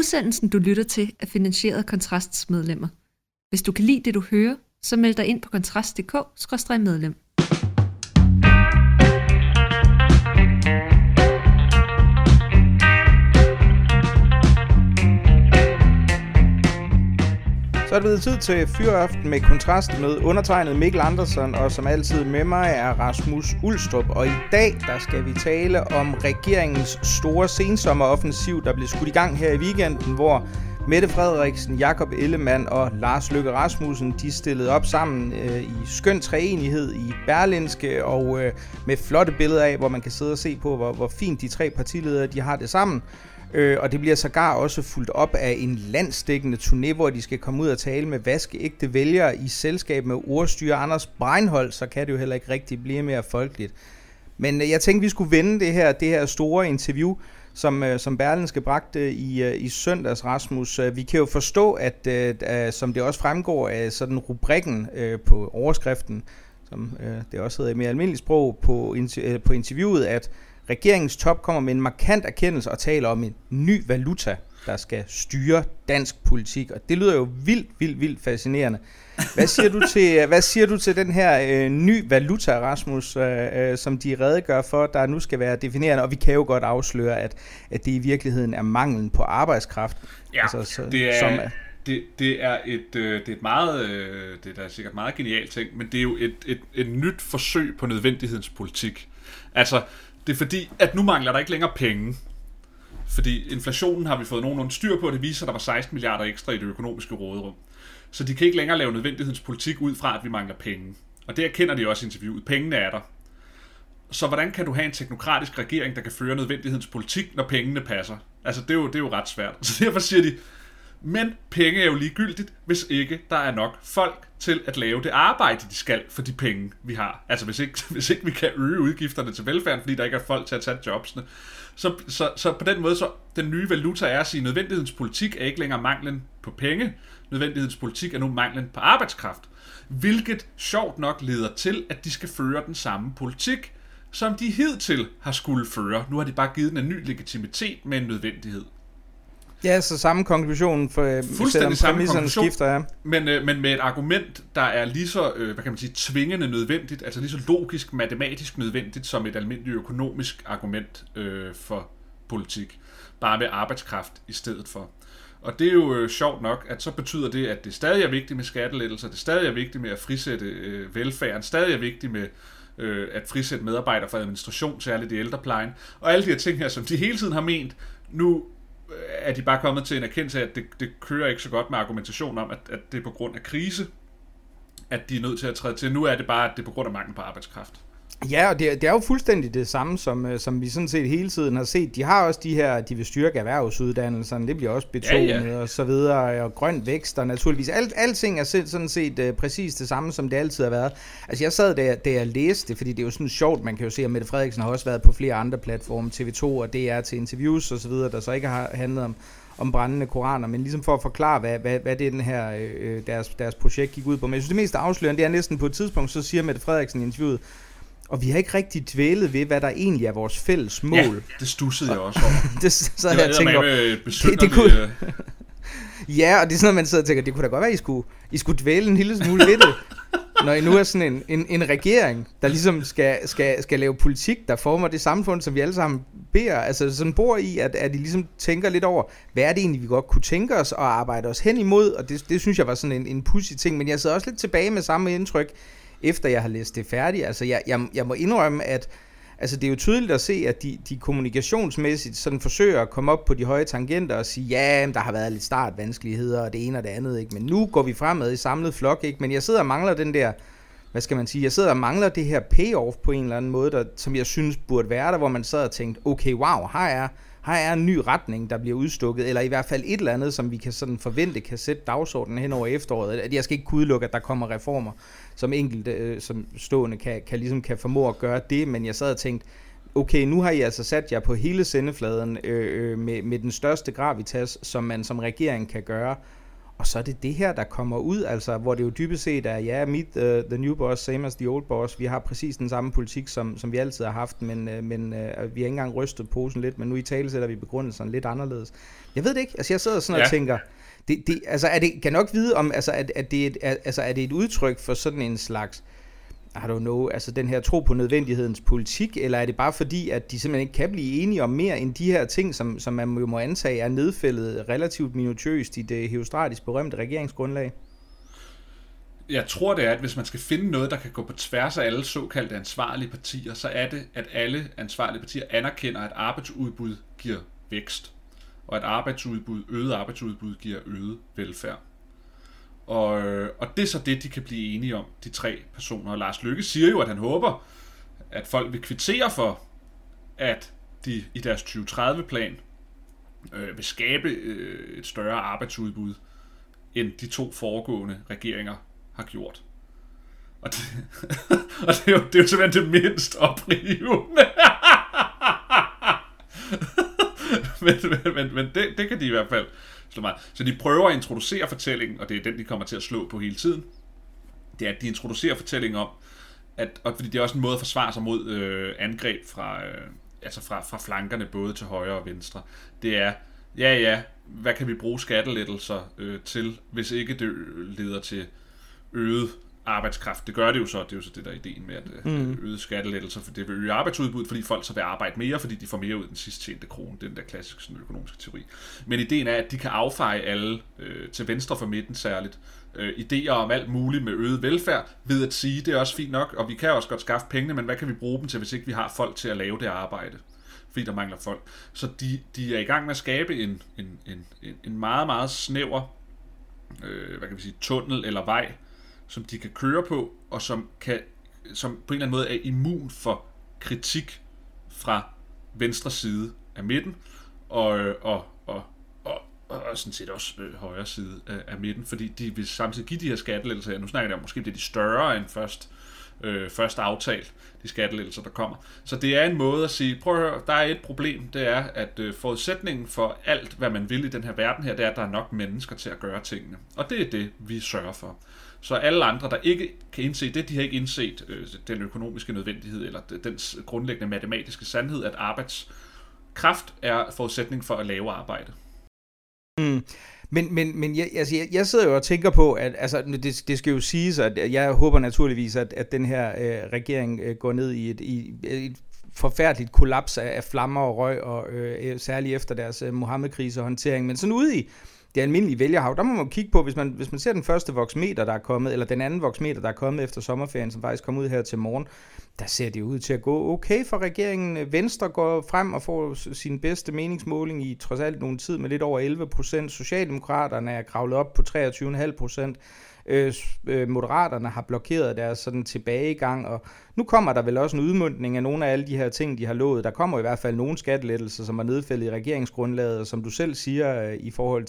Udsendelsen, du lytter til, er finansieret af Kontrasts medlemmer. Hvis du kan lide det, du hører, så meld dig ind på kontrast.dk/medlem. Så er det blevet tid til Fyraften med Kontrast med undertegnet Mikkel Andersen, og som altid med mig er Rasmus Ulstrup. Og i dag der skal vi tale om regeringens store sensommeroffensiv, der blev skudt i gang her i weekenden, hvor Mette Frederiksen, Jakob Ellemann og Lars Løkke Rasmussen, de stillede op sammen i skøn treenighed i Berlingske, og med flotte billeder af, hvor man kan sidde og se på, hvor fint de tre partiledere de har det sammen. Og det bliver sågar også fulgt op af en landsdækkende turné, hvor de skal komme ud og tale med vaskeægte vælgere i selskab med ordstyrer Anders Breinholt, så kan det jo heller ikke rigtig blive mere folkeligt. Men jeg tænkte, vi skulle vende det her store interview, som Berlingske bragte i søndags, Rasmus. Vi kan jo forstå, at som det også fremgår af sådan rubrikken på overskriften, som det også hedder i mere almindeligt sprog på interviewet, at regeringens top kommer med en markant erkendelse og taler om en ny valuta, der skal styre dansk politik. Og det lyder jo vildt fascinerende. Hvad siger du til den her ny valuta, Rasmus, som de redegør for, der nu skal være definerende? Og vi kan jo godt afsløre, at det i virkeligheden er manglen på arbejdskraft. Ja, altså, det er et meget, det er da sikkert meget genialt ting, men det er jo et nyt forsøg på nødvendighedens politik. Altså, det er fordi, at nu mangler der ikke længere penge. Fordi inflationen har vi fået nogenlunde styr på, og det viser, at der var 16 milliarder ekstra i det økonomiske råderum. Så de kan ikke længere lave nødvendighedens politik ud fra, at vi mangler penge. Og det erkender de også i interviewet. Pengene er der. Så hvordan kan du have en teknokratisk regering, der kan føre nødvendighedens politik, når pengene passer? Altså, det er jo ret svært. Så derfor siger de, men penge er jo ligegyldigt, hvis ikke der er nok folk til at lave det arbejde, de skal for de penge, vi har. Altså hvis ikke vi kan øge udgifterne til velfærden, fordi der ikke er folk til at tage jobsene. Så på den måde, så den nye valuta er at sige, at nødvendighedens politik er ikke længere manglen på penge. Nødvendighedens politik er nu manglen på arbejdskraft. Hvilket sjovt nok leder til, at de skal føre den samme politik, som de hidtil har skulle føre. Nu har de bare givet den en ny legitimitet med en nødvendighed. Ja, så samme konklusion, fuldstændig samme konklusion, skifter, ja. Men med et argument, der er lige så, hvad kan man sige, tvingende nødvendigt, altså lige så logisk, matematisk nødvendigt, som et almindeligt økonomisk argument for politik. Bare med arbejdskraft i stedet for. Og det er jo sjovt nok, at så betyder det, at det stadig er vigtigt med skattelettelser, det stadig er vigtigt med at frisætte velfærden, stadig er vigtigt med at frisætte medarbejdere for administration, særligt i ældreplejen, og alle de her ting her, som de hele tiden har ment, nu er de bare kommet til en erkendelse af, at det kører ikke så godt med argumentation om, at det er på grund af krise, at de er nødt til at træde til. Nu er det bare, at det er på grund af mangel på arbejdskraft. Ja, og det er jo fuldstændig det samme, som vi sådan set hele tiden har set. De har også de her, de vil styrke erhvervsuddannelserne, det bliver også betonet og så videre, og grøn vækst, og naturligvis alting er sådan set præcis det samme, som det altid har været. Altså jeg sad da jeg læste det, fordi det er jo sådan sjovt, man kan jo se, at Mette Frederiksen har også været på flere andre platforme, TV2 og DR til interviews og så videre, der så ikke har handlet om brændende koraner, men ligesom for at forklare, hvad det den her, deres projekt gik ud på. Men jeg synes, det mest afslørende, det er næsten på et tidspunkt, så siger Mette Frederiksen i interviewet, og vi har ikke rigtig dvælet ved, hvad der egentlig er vores fælles mål. Ja, det stussede jeg også over. Så jeg tænker, det kunne... Ja, og det er sådan noget, man sidder og tænker, det kunne da godt være, I skulle dvæle en lille smule ved det, når I nu er sådan en regering, der ligesom skal lave politik, der former det samfund, som vi alle sammen beder, altså sådan bor i, at I ligesom tænker lidt over, hvad er det egentlig, vi godt kunne tænke os og arbejde os hen imod, og det synes jeg var sådan en pudsig ting, men jeg sidder også lidt tilbage med samme indtryk, efter jeg har læst det færdigt. Altså jeg må indrømme, at altså det er jo tydeligt at se, at de kommunikationsmæssigt sådan forsøger at komme op på de høje tangenter og sige, ja, der har været lidt startvanskeligheder og det ene og det andet, ikke? Men nu går vi fremad i samlet flok, ikke? Men jeg sidder og mangler den der, hvad skal man sige, jeg sidder og mangler det her payoff på en eller anden måde, som jeg synes burde være der, hvor man sad og tænkte, okay, wow, her er en ny retning, der bliver udstukket, eller i hvert fald et eller andet, som vi kan sådan forvente kan sætte dagsordenen hen over efteråret. At jeg skal ikke kunne udelukke, at der kommer reformer, som enkelte som stående kan formå at gøre det, men jeg sad og tænkte, okay, nu har I altså sat jer på hele sendefladen med den største gravitas, som man som regering kan gøre, Og så er det her, der kommer ud, altså, hvor det jo dybest set er, ja, meet the new boss, same as the old boss. Vi har præcis den samme politik, som vi altid har haft, men vi har ikke engang rystet posen lidt, men nu i tale sætter vi begrundelsen lidt anderledes. Jeg ved det ikke, altså jeg sidder sådan og tænker, kan nok vide om, er det et udtryk for sådan en slags, I don't know, altså den her tro på nødvendighedens politik, eller er det bare fordi, at de simpelthen ikke kan blive enige om mere end de her ting, som man jo må antage er nedfældet relativt minutiøst i det herostratisk berømte regeringsgrundlag? Jeg tror det er, at hvis man skal finde noget, der kan gå på tværs af alle såkaldte ansvarlige partier, så er det, at alle ansvarlige partier anerkender, at arbejdsudbud giver vækst, og at øget arbejdsudbud giver øget velfærd. Og det er så det, de kan blive enige om, de tre personer. Og Lars Løkke siger jo, at han håber, at folk vil kvittere for, at de i deres 2030-plan vil skabe et større arbejdsudbud, end de to foregående regeringer har gjort. Og det er jo simpelthen det mindst oprivende. men det kan de i hvert fald slå meget. Så de prøver at introducere fortællingen, og det er den, de kommer til at slå på hele tiden. Det er, at de introducerer fortællingen om, og fordi det er også en måde at forsvare sig mod angreb fra flankerne, både til højre og venstre. Det er, hvad kan vi bruge skattelettelser til, hvis ikke det leder til øget arbejdskraft. Det gør det jo så. Det er jo så det, der er ideen med at øge skattelettelser, for det vil øge arbejdsudbuddet, fordi folk så vil arbejde mere, fordi de får mere ud af den sidst tjente krone. Den der klassiske sådan, økonomiske teori. Men ideen er, at de kan affeje alle, til venstre for midten særligt, idéer om alt muligt med øget velfærd, ved at sige, det er også fint nok, og vi kan også godt skaffe pengene, men hvad kan vi bruge dem til, hvis ikke vi har folk til at lave det arbejde? Fordi der mangler folk. Så de er i gang med at skabe en meget, meget snæver tunnel eller vej, som de kan køre på, og som på en eller anden måde er immun for kritik fra venstre side af midten, og sådan set også højre side af midten, fordi de vil samtidig give de her skattelettelser. Nu snakker jeg om, måske det er de større end først aftalt, de skattelettelser, der kommer. Så det er en måde at sige, prøv at høre, der er et problem, det er, at forudsætningen for alt, hvad man vil i den her verden her, det er, at der er nok mennesker til at gøre tingene. Og det er det, vi sørger for. Så alle andre, der ikke kan indse det, de har ikke indset den økonomiske nødvendighed, eller den grundlæggende matematiske sandhed, at arbejdskraft er forudsætning for at lave arbejde. Men jeg sidder jo og tænker på, at altså, det skal jo siges, at jeg håber naturligvis, at den her regering går ned i et forfærdeligt kollaps af flammer og røg, og særligt efter deres Mohammed-krisehåndtering. Men sådan ude i det almindelige vælgerhav, der må man kigge på, hvis man ser den første voksmeter, der er kommet, eller den anden voksmeter, der er kommet efter sommerferien, som faktisk kom ud her til morgen, der ser det ud til at gå okay for regeringen. Venstre går frem og får sin bedste meningsmåling i trods alt nogen tid med lidt over 11%. Socialdemokraterne er kravlet op på 23,5%. Moderaterne har blokeret deres sådan tilbagegang, og nu kommer der vel også en udmøntning af nogle af alle de her ting, de har lovet. Der kommer i hvert fald nogle skattelettelser, som er nedfældet i regeringsgrundlaget, og som du selv siger, i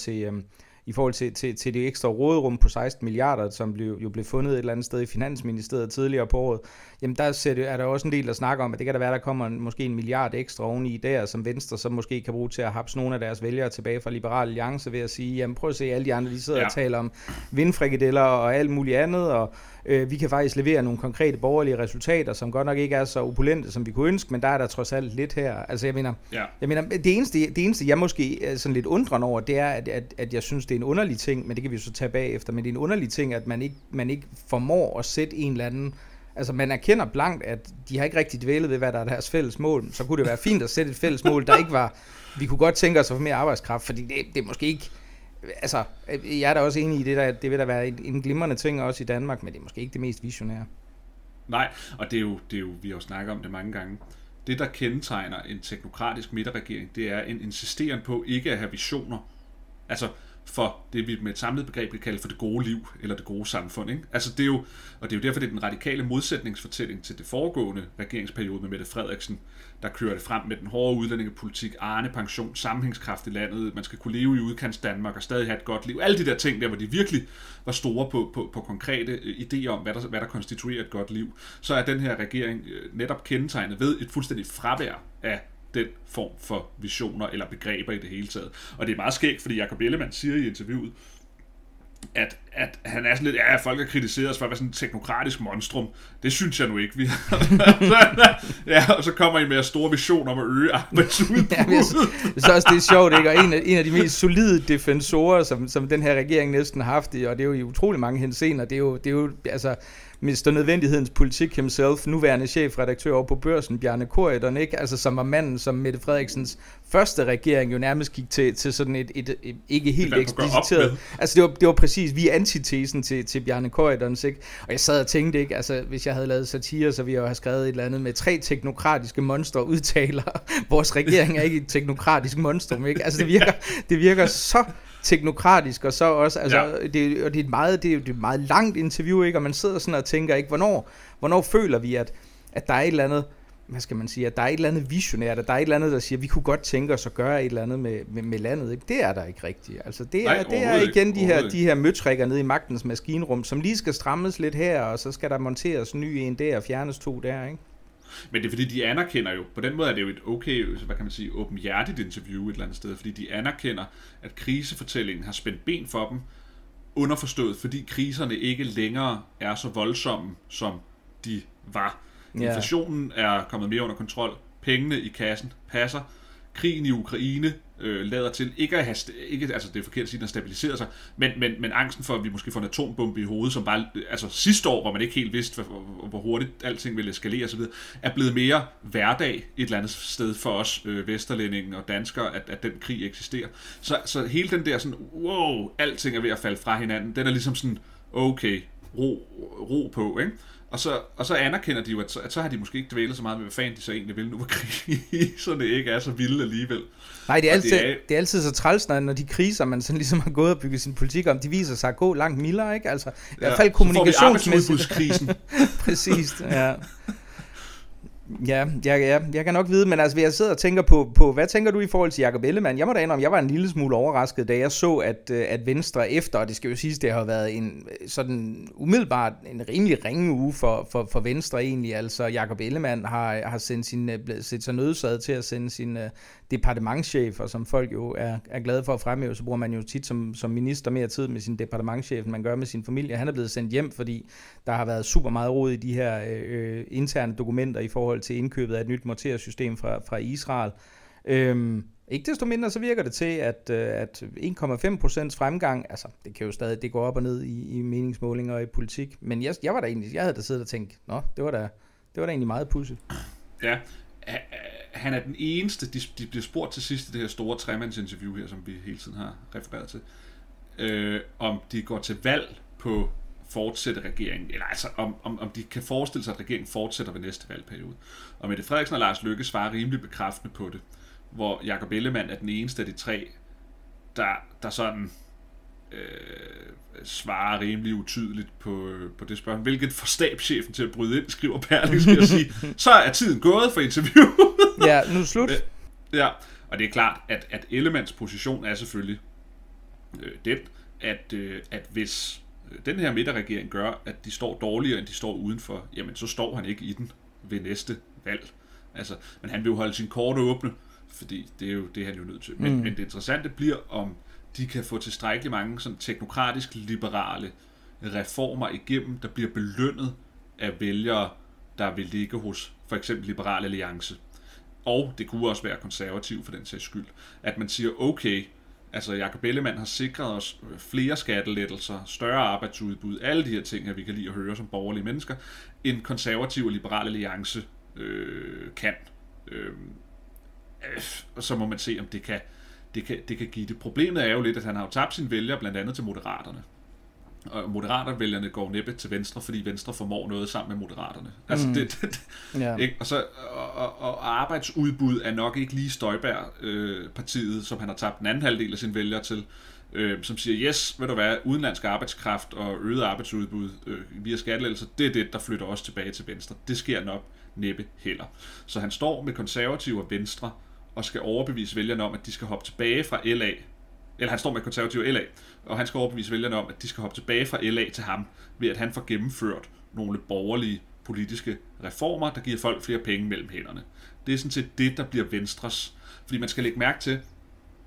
forhold til det ekstra råderum på 16 milliarder, som blev fundet et eller andet sted i Finansministeriet tidligere på året, jamen der er der også en del at snakke om, at det kan da være, der kommer måske 1 milliard ekstra oveni der, som Venstre så måske kan bruge til at hapse nogle af deres vælgere tilbage fra Liberal Alliance ved at sige, jamen prøv at se, alle de andre, de sidder og taler om vindfrikadeller og alt muligt andet, og vi kan faktisk levere nogle konkrete borgerlige resultater, som godt nok ikke er så opulente, som vi kunne ønske, men der er der trods alt lidt her. Altså jeg mener, det eneste jeg måske er sådan lidt undrende over, det er, at jeg synes, det er en underlig ting, men det kan vi jo så tage bagefter, men det er en underlig ting, at man ikke formår at sætte en eller anden. Altså man erkender blankt, at de har ikke rigtig dvælet ved, hvad der er deres fælles mål. Så kunne det være fint at sætte et fælles mål, der ikke var, vi kunne godt tænke os at få mere arbejdskraft, fordi det er måske ikke, altså jeg er da også enig i det vil da være en glimrende ting også i Danmark, men det er måske ikke det mest visionære. Nej, og det er jo vi har jo snakket om det mange gange. Det, der kendetegner en teknokratisk midterregering, det er en insisteren på ikke at have visioner. Altså for det, vi med et samlet begreb kan kalde for det gode liv, eller det gode samfund. Ikke? Altså det er jo derfor, det er den radikale modsætningsfortælling til det foregående regeringsperiode med Mette Frederiksen, der kører det frem med den hårde udlændingepolitik, Arne-pension, sammenhængskraft i landet, man skal kunne leve i udkants Danmark og stadig have et godt liv. Alle de der ting der, hvor de virkelig var store på konkrete idéer om, hvad der konstituerer et godt liv. Så er den her regering netop kendetegnet ved et fuldstændigt fravær af den form for visioner eller begreber i det hele taget. Og det er meget skægt, fordi Jakob Ellemann siger i interviewet, at han er sådan lidt, folk har kritiseret os for at være sådan et teknokratisk monstrum. Det synes jeg nu ikke, vi og så kommer I med store visioner om at øge arbejdsudbuddet. Så også det er sjovt, ikke? Og en af de mest solide defensorer, som den her regering næsten har haft, og det er jo i utrolig mange henseender, det er jo altså Mr. Nødvendighedens politik himself, nuværende chefredaktør over på Børsen, Bjarne Corydon, ikke? Altså, som var manden, som Mette Frederiksens første regering jo nærmest gik til sådan et ikke helt ekspliciteret. Altså, det var præcis, vi er antitesen til Bjarne Corydons, ikke? Og jeg sad og tænkte, ikke? Altså, hvis jeg havde lavet satire, så ville jeg jo have skrevet et eller andet med 3 teknokratiske monstre udtaler. Vores regering er ikke et teknokratisk monstrum, ikke? Altså, det virker så teknokratisk, og så også, altså, det er et meget langt interview, ikke? Og man sidder sådan og tænker, ikke, hvornår føler vi, at der er et eller andet, hvad skal man sige, at der er et eller andet visionært, at der er et eller andet, der siger, at vi kunne godt tænke os at gøre et eller andet med landet, ikke? Det er der ikke rigtigt. Altså, det er igen de her møtrikker nede i magtens maskinrum, som lige skal strammes lidt her, og så skal der monteres ny en der, og fjernes 2 der, ikke? Men det er fordi, de anerkender jo, på den måde er det jo et okay, hvad kan man sige, åbenhjertigt interview et eller andet sted, fordi de anerkender, at krisefortællingen har spændt ben for dem, underforstået, fordi kriserne ikke længere er så voldsomme, som de var. Inflationen er kommet mere under kontrol, pengene i kassen passer, krigen i Ukraine lader til ikke at have, altså det er forkert at sige, at den stabiliserer sig, men angsten for, at vi måske får en atombombe i hovedet, som bare, altså sidste år, hvor man ikke helt vidste, hvor hurtigt alting ville eskalere osv., er blevet mere hverdag et eller andet sted for os vesterlændinge og danskere, at den krig eksisterer. Så hele den der sådan, wow, alting er ved at falde fra hinanden, den er ligesom sådan, okay, ro på, ikke? Og så anerkender de jo, at så har de måske ikke dvælet så meget med, hvad fanden de så egentlig vil nu, hvor kriserne ikke er så vilde alligevel. Nej, det er altid så træls, når de kriser, man sådan ligesom har gået og bygget sin politik om, de viser sig at gå langt mildere, ikke? Altså, i hvert fald kommunikationsmæssigt. Så får vi arbejdsudbudskrisen. Præcis, ja. Ja, jeg kan nok vide, men altså, jeg sidder og tænker på, hvad tænker du i forhold til Jakob Ellemann? Jeg må da indrømme, jeg var en lille smule overrasket, da jeg så, at Venstre efter, og det skal jo siges, det har været en sådan umiddelbart en rimelig ringe uge for Venstre egentlig. Altså, Jakob Ellemann har set sig nødsaget til at sende sin departementschef, og som folk jo er glade for at fremhæve, så bruger man jo tit som minister mere tid med sin departementschef, end man gør med sin familie. Han er blevet sendt hjem, fordi der har været super meget rod i de her interne dokumenter i forhold til indkøbet af et nyt mortersystem fra Israel. Ikke desto mindre, så virker det til, at 1,5% fremgang, altså det kan jo stadig, det går op og ned i meningsmålinger og i politik, men jeg havde da siddet og tænkt, det var da egentlig meget pudsigt. Ja, han er den eneste, de bliver spurgt til sidst i det her store tremandsinterview her, som vi hele tiden har refereret til, om de går til valg på fortsætte regeringen, eller altså om de kan forestille sig, at regeringen fortsætter ved næste valgperiode. Og Mette Frederiksen og Lars Løkke svarer rimelig bekræftende på det, hvor Jakob Ellemann er den eneste af de 3, der sådan svarer rimelig utydeligt på det spørgsmål, hvilket får stabschefen til at bryde ind, skriver Berlingske og sige, så er tiden gået for interviewet. Ja, nu er slut. Ja, og det er klart, at Ellemanns position er selvfølgelig den, at hvis den her midterregering gør, at de står dårligere, end de står udenfor, jamen så står han ikke i den ved næste valg. Altså, men han vil jo holde sin kort åbne, fordi det er jo det, han er jo nødt til. Men det interessante bliver, om de kan få tilstrækkeligt mange sådan teknokratisk liberale reformer igennem, der bliver belønnet af vælgere, der vil ligge hos for eksempel Liberal Alliance. Og det kunne også være konservativ for den sags skyld. At man siger, okay, altså Jakob Ellemann har sikret os flere skattelettelser, større arbejdsudbud, alle de her ting, at vi kan lide at høre som borgerlige mennesker, en konservativ og Liberal Alliance kan. Og så må man se, om det kan give det. Problemet er jo lidt, at han har jo tabt sine vælgere blandt andet til Moderaterne. Og Moderatervælgerne går næppe til Venstre, fordi Venstre formår noget sammen med Moderaterne. Altså ikke? Og arbejdsudbud er nok ikke lige Støjberg-partiet, som han har tabt den anden halvdel af sine vælgere til, som siger, yes, ved du hvad, udenlandsk arbejdskraft og øget arbejdsudbud via skattelettelser, det er det, der flytter os tilbage til Venstre. Det sker nok næppe heller. Så han står med konservative og Venstre, og skal overbevise vælgerne om, at de skal hoppe tilbage fra LA, eller han står med konservative LA, og han skal overbevise vælgerne om, at de skal hoppe tilbage fra LA til ham, ved at han får gennemført nogle borgerlige politiske reformer, der giver folk flere penge mellem hænderne. Det er sådan set det, der bliver Venstres. Fordi man skal lægge mærke til,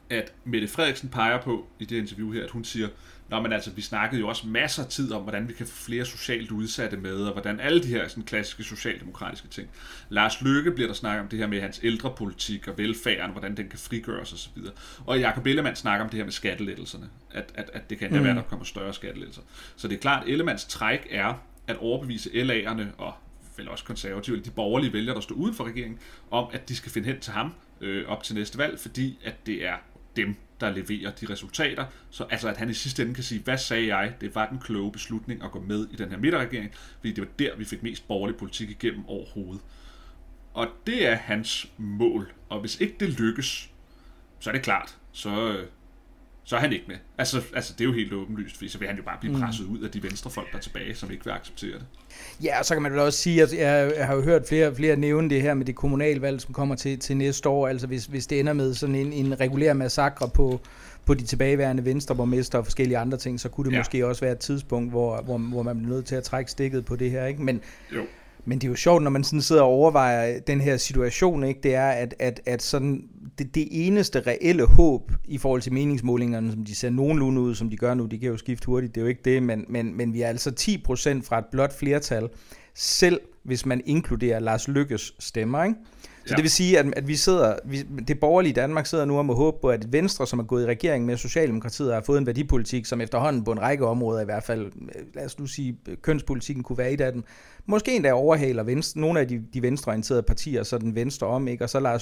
at Mette Frederiksen peger på i det interview her, at hun siger, nå, men altså, vi snakkede jo også masser af tid om, hvordan vi kan få flere socialt udsatte med, og hvordan alle de her sådan klassiske socialdemokratiske ting. Lars Løkke bliver der snakket om det her med hans ældrepolitik og velfærden, hvordan den kan frigøres osv. Og Jakob Ellemann snakker om det her med skattelettelserne, at det kan endda være, der kommer større skattelettelser. Så det er klart, at Ellemanns træk er at overbevise LA'erne og vel også konservative, eller de borgerlige vælgere, der står uden for regeringen, om at de skal finde hen til ham op til næste valg, fordi at det er dem, der leverer de resultater. Så altså, at han i sidste ende kan sige, hvad sagde jeg? Det var den kloge beslutning at gå med i den her midterregering, fordi det var der, vi fik mest borgerlig politik igennem overhovedet. Og det er hans mål. Og hvis ikke det lykkes, så er det klart, så er han ikke med. Altså, det er jo helt åbenlyst, fordi så vil han jo bare blive presset ud af de venstrefolk, der er tilbage, som ikke vil acceptere det. Ja, og så kan man vel også sige, at jeg har jo hørt flere nævne det her med det kommunalvalg, som kommer til næste år. Altså hvis det ender med sådan en regulær massakre på de tilbageværende venstreborgmester og forskellige andre ting, så kunne det måske også være et tidspunkt, hvor man bliver nødt til at trække stikket på det her, ikke? Men det er jo sjovt, når man sådan sidder og overvejer den her situation, ikke? Det er, at sådan det eneste reelle håb i forhold til meningsmålingerne, som de ser nogenlunde ud, som de gør nu, de kan jo skifte hurtigt, det er jo ikke det, men vi er altså 10% fra et blot flertal, selv hvis man inkluderer Lars Løkkes stemmer, ikke? Så det vil sige, at det borgerlige Danmark sidder nu og må håbe på, at Venstre, som er gået i regering med Socialdemokratiet, har fået en værdipolitik, som efterhånden på en række områder i hvert fald, lad os nu sige, kønspolitikken kunne være et af dem, måske endda overhaler nogle af de venstreorienterede partier, så den venstre om, ikke? Og så Lars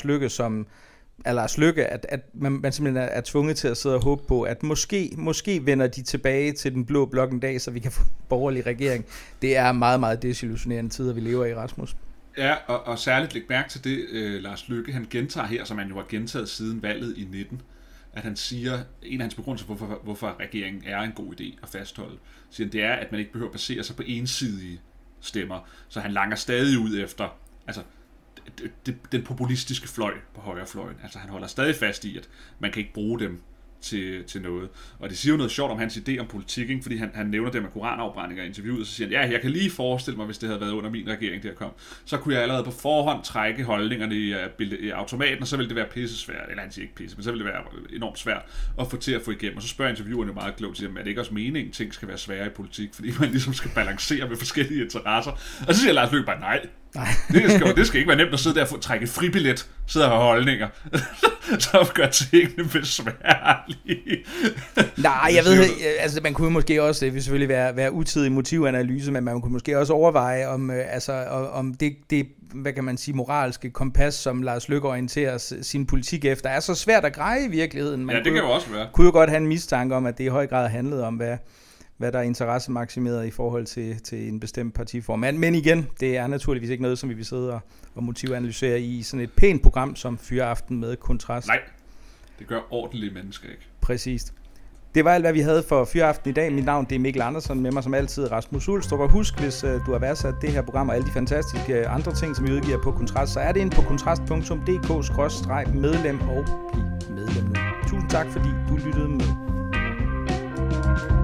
Løkke, at man simpelthen er tvunget til at sidde og håbe på, at måske vender de tilbage til den blå blok en dag, så vi kan få en borgerlig regering. Det er meget, meget desillusionerende tider, vi lever i, Rasmus. Ja, og særligt læg mærke til det, Lars Løkke, han gentager her, som han jo har gentaget siden valget i 19, at han siger, en af hans begrundelser, hvorfor regeringen er en god idé at fastholde, siger, det er, at man ikke behøver at basere sig på ensidige stemmer. Så han langer stadig ud efter, altså, den populistiske fløj på højrefløjen. Altså, han holder stadig fast i, at man kan ikke bruge dem til noget. Og det siger jo noget sjovt om hans idé om politik, ikke? Fordi han nævner det med koranafbrændinger i interviewet, og så siger han, jeg kan lige forestille mig, hvis det havde været under min regering, der kom, så kunne jeg allerede på forhånd trække holdningerne i automaten, og så ville det være pissesvært, eller han siger ikke pisse, men så ville det være enormt svært at få til at få igennem. Og så spørger interviewerne jo meget klogt til dem, er det ikke også meningen, ting skal være svære i politik, fordi man ligesom skal balancere med forskellige interesser. Og så siger Lars Løkke bare, nej. Det skal ikke være nemt at sidde der og trække fribillet, sidde og have holdninger, så gør tingene besværlige. Nej, jeg ved altså man kunne måske også, det vil selvfølgelig være utidig motivanalyse, men man kunne måske også overveje om det hvad kan man sige, moralske kompas, som Lars Løkke orienterer sin politik efter, er så svært at greje i virkeligheden. Det kan jo også være. Kunne jo godt have en mistanke om, at det i høj grad handlede om, hvad der er interessemaksimeret i forhold til en bestemt partiform. Men igen, det er naturligvis ikke noget, som vi vil sidde og motivanalysere i sådan et pænt program som Fyraften med Kontrast. Nej, det gør ordentlige mennesker ikke. Præcist. Det var alt, hvad vi havde for Fyraften i dag. Mit navn det er Mikkel Andersen, med mig som altid Rasmus Ulstrup. Og husk, hvis du har værdsat det her program og alle de fantastiske andre ting, som vi udgiver på Kontrast, så er det inde på kontrast.dk/medlem og bliv medlem nu. Tusind tak, fordi du lyttede med.